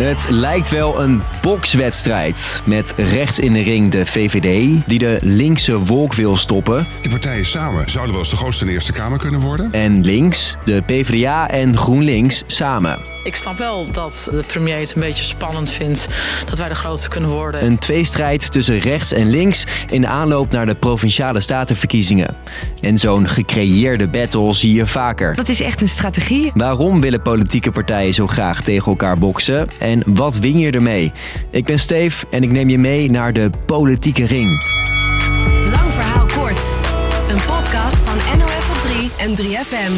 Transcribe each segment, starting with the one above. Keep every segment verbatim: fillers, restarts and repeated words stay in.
Het lijkt wel een bokswedstrijd. Met rechts in de ring de V V D, die de linkse wolk wil stoppen. De partijen samen zouden wel eens de grootste in de Eerste Kamer kunnen worden. En links de P v d A en GroenLinks samen. Ik snap wel dat de premier het een beetje spannend vindt dat wij de grootste kunnen worden. Een tweestrijd tussen rechts en links in de aanloop naar de Provinciale Statenverkiezingen. En zo'n gecreëerde battle zie je vaker. Dat is echt een strategie. Waarom willen politieke partijen zo graag tegen elkaar boksen? En wat win je ermee? Ik ben Steef en ik neem je mee naar de politieke ring. Lang verhaal kort. Een podcast van N O S op drie en drie F M.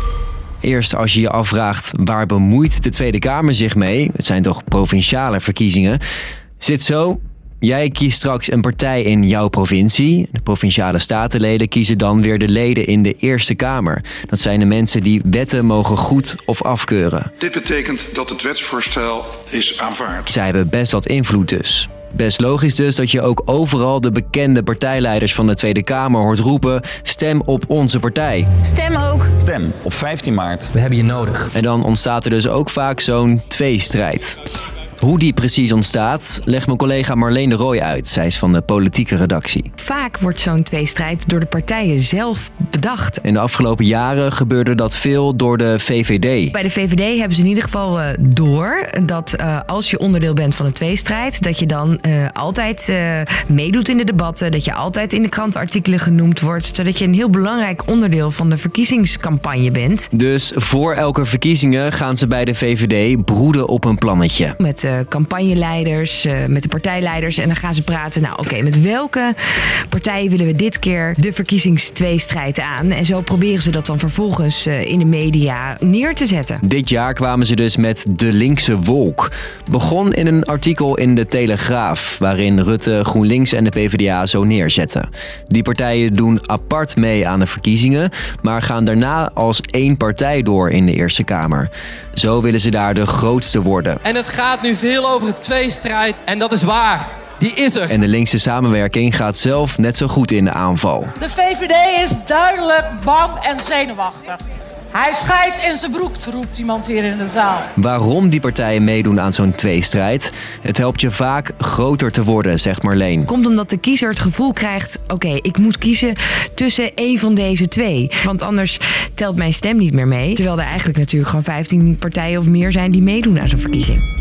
Eerst als je je afvraagt waar bemoeit de Tweede Kamer zich mee? Het zijn toch provinciale verkiezingen? Zit zo. Jij kiest straks een partij in jouw provincie. De provinciale statenleden kiezen dan weer de leden in de Eerste Kamer. Dat zijn de mensen die wetten mogen goed of afkeuren. Dit betekent dat het wetsvoorstel is aanvaard. Zij hebben best wat invloed dus. Best logisch dus dat je ook overal de bekende partijleiders van de Tweede Kamer hoort roepen: stem op onze partij. Stem ook. Stem op vijftien maart. We hebben je nodig. En dan ontstaat er dus ook vaak zo'n tweestrijd. Hoe die precies ontstaat, legt mijn collega Marleen de Rooij uit. Zij is van de politieke redactie. Vaak wordt zo'n tweestrijd door de partijen zelf bedacht. In de afgelopen jaren gebeurde dat veel door de V V D. Bij de V V D hebben ze in ieder geval uh, door dat uh, als je onderdeel bent van een tweestrijd, dat je dan uh, altijd uh, meedoet in de debatten, dat je altijd in de krantenartikelen genoemd wordt, zodat je een heel belangrijk onderdeel van de verkiezingscampagne bent. Dus voor elke verkiezingen gaan ze bij de V V D broeden op een plannetje. Met uh, campagneleiders, uh, met de partijleiders en dan gaan ze praten. Nou oké, okay, met welke partijen willen we dit keer de verkiezingstweestrijd aan? En zo proberen ze dat dan vervolgens uh, in de media neer te zetten. Dit jaar kwamen ze dus met de linkse wolk. Begon in een artikel in de Telegraaf, waarin Rutte, GroenLinks en de P v d A zo neerzetten. Die partijen doen apart mee aan de verkiezingen, maar gaan daarna als één partij door in de Eerste Kamer. Zo willen ze daar de grootste worden. En het gaat nu veel over een tweestrijd en dat is waar. Die is er. En de linkse samenwerking gaat zelf net zo goed in de aanval. De V V D is duidelijk bang en zenuwachtig. Hij scheidt in zijn broek, roept iemand hier in de zaal. Waarom die partijen meedoen aan zo'n tweestrijd? Het helpt je vaak groter te worden, zegt Marleen. Komt omdat de kiezer het gevoel krijgt, oké, okay, ik moet kiezen tussen één van deze twee. Want anders telt mijn stem niet meer mee. Terwijl er eigenlijk natuurlijk gewoon vijftien partijen of meer zijn die meedoen aan zo'n verkiezing.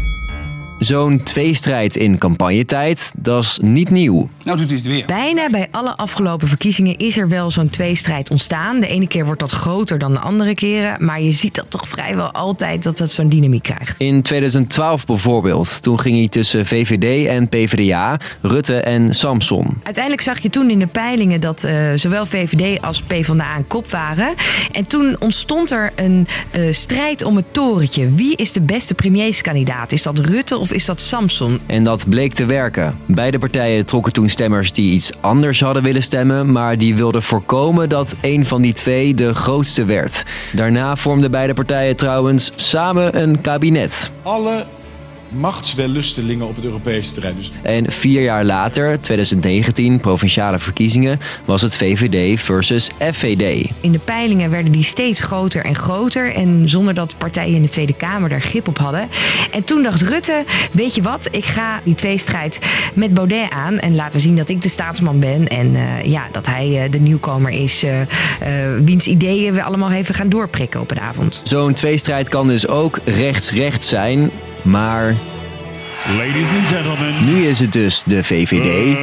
Zo'n tweestrijd in campagnetijd, dat is niet nieuw. Nou doet hij het weer. Bijna bij alle afgelopen verkiezingen is er wel zo'n tweestrijd ontstaan. De ene keer wordt dat groter dan de andere keren. Maar je ziet dat toch vrijwel altijd dat dat zo'n dynamiek krijgt. In tweeduizend twaalf bijvoorbeeld. Toen ging hij tussen V V D en P v d A, Rutte en Samson. Uiteindelijk zag je toen in de peilingen dat uh, zowel V V D als P v d A aan kop waren. En toen ontstond er een uh, strijd om het torentje. Wie is de beste premierskandidaat? Is dat Rutte of is dat Samson? En dat bleek te werken. Beide partijen trokken toen stemmers die iets anders hadden willen stemmen, maar die wilden voorkomen dat een van die twee de grootste werd. Daarna vormden beide partijen trouwens samen een kabinet. Alle machtswellustelingen op het Europese terrein. Dus... En vier jaar later, tweeduizend negentien, provinciale verkiezingen, was het V V D versus F V D. In de peilingen werden die steeds groter en groter en zonder dat partijen in de Tweede Kamer daar grip op hadden. En toen dacht Rutte, weet je wat, ik ga die tweestrijd met Baudet aan en laten zien dat ik de staatsman ben en uh, ja, dat hij uh, de nieuwkomer is, uh, uh, wiens ideeën we allemaal even gaan doorprikken op een avond. Zo'n tweestrijd kan dus ook rechts-rechts zijn, maar... Ladies and gentlemen. Nu is het dus de V V D uh,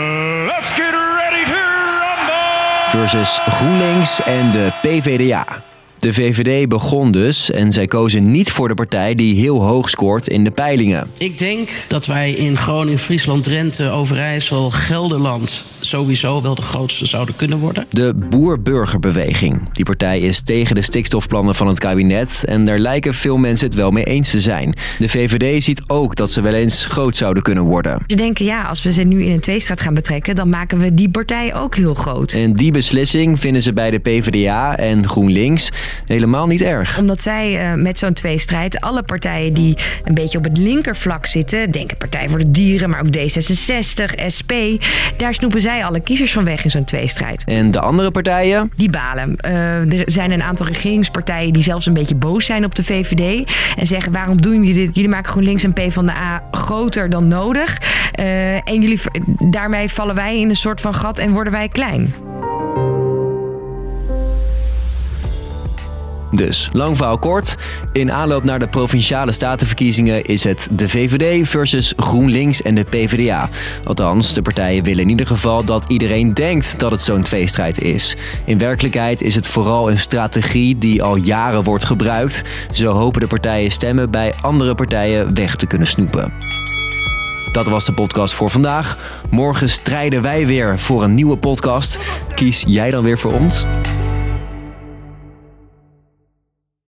let's get ready to rumble. versus GroenLinks en de P v d A. De V V D begon dus en zij kozen niet voor de partij die heel hoog scoort in de peilingen. Ik denk dat wij in Groningen, Friesland, Drenthe, Overijssel, Gelderland sowieso wel de grootste zouden kunnen worden. De Boer-Burgerbeweging. Die partij is tegen de stikstofplannen van het kabinet en daar lijken veel mensen het wel mee eens te zijn. De V V D ziet ook dat ze wel eens groot zouden kunnen worden. Ze denken, ja, als we ze nu in een tweestrijd gaan betrekken, dan maken we die partij ook heel groot. En die beslissing vinden ze bij de P v d A en GroenLinks. helemaal niet erg. Omdat zij uh, met zo'n tweestrijd alle partijen die een beetje op het linkervlak zitten, denk Partij voor de Dieren, maar ook D zesenzestig, S P, daar snoepen zij alle kiezers van weg in zo'n tweestrijd. En de andere partijen? Die balen. Uh, er zijn een aantal regeringspartijen die zelfs een beetje boos zijn op de V V D en zeggen: waarom doen jullie dit? Jullie maken GroenLinks en PvdA groter dan nodig. Uh, en jullie, daarmee vallen wij in een soort van gat en worden wij klein. Dus, lang verhaal kort. In aanloop naar de Provinciale Statenverkiezingen is het de V V D versus GroenLinks en de PvdA. Althans, de partijen willen in ieder geval dat iedereen denkt dat het zo'n tweestrijd is. In werkelijkheid is het vooral een strategie die al jaren wordt gebruikt. Zo hopen de partijen stemmen bij andere partijen weg te kunnen snoepen. Dat was de podcast voor vandaag. Morgen strijden wij weer voor een nieuwe podcast. Kies jij dan weer voor ons?